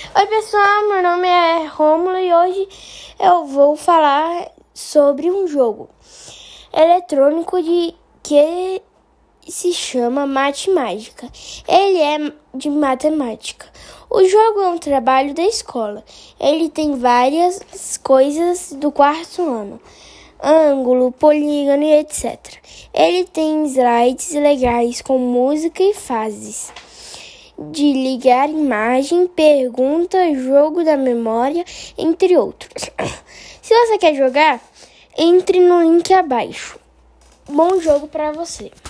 Oi pessoal, meu nome é Rômulo e hoje eu vou falar sobre um jogo eletrônico que se chama Matemática. Ele é de matemática. O jogo é um trabalho da escola. Ele tem várias coisas do quarto ano. Ângulo, polígono e etc. Ele tem slides legais com música e fases de ligar imagem, pergunta, jogo da memória, entre outros. Se você quer jogar, entre no link abaixo. Bom jogo para você!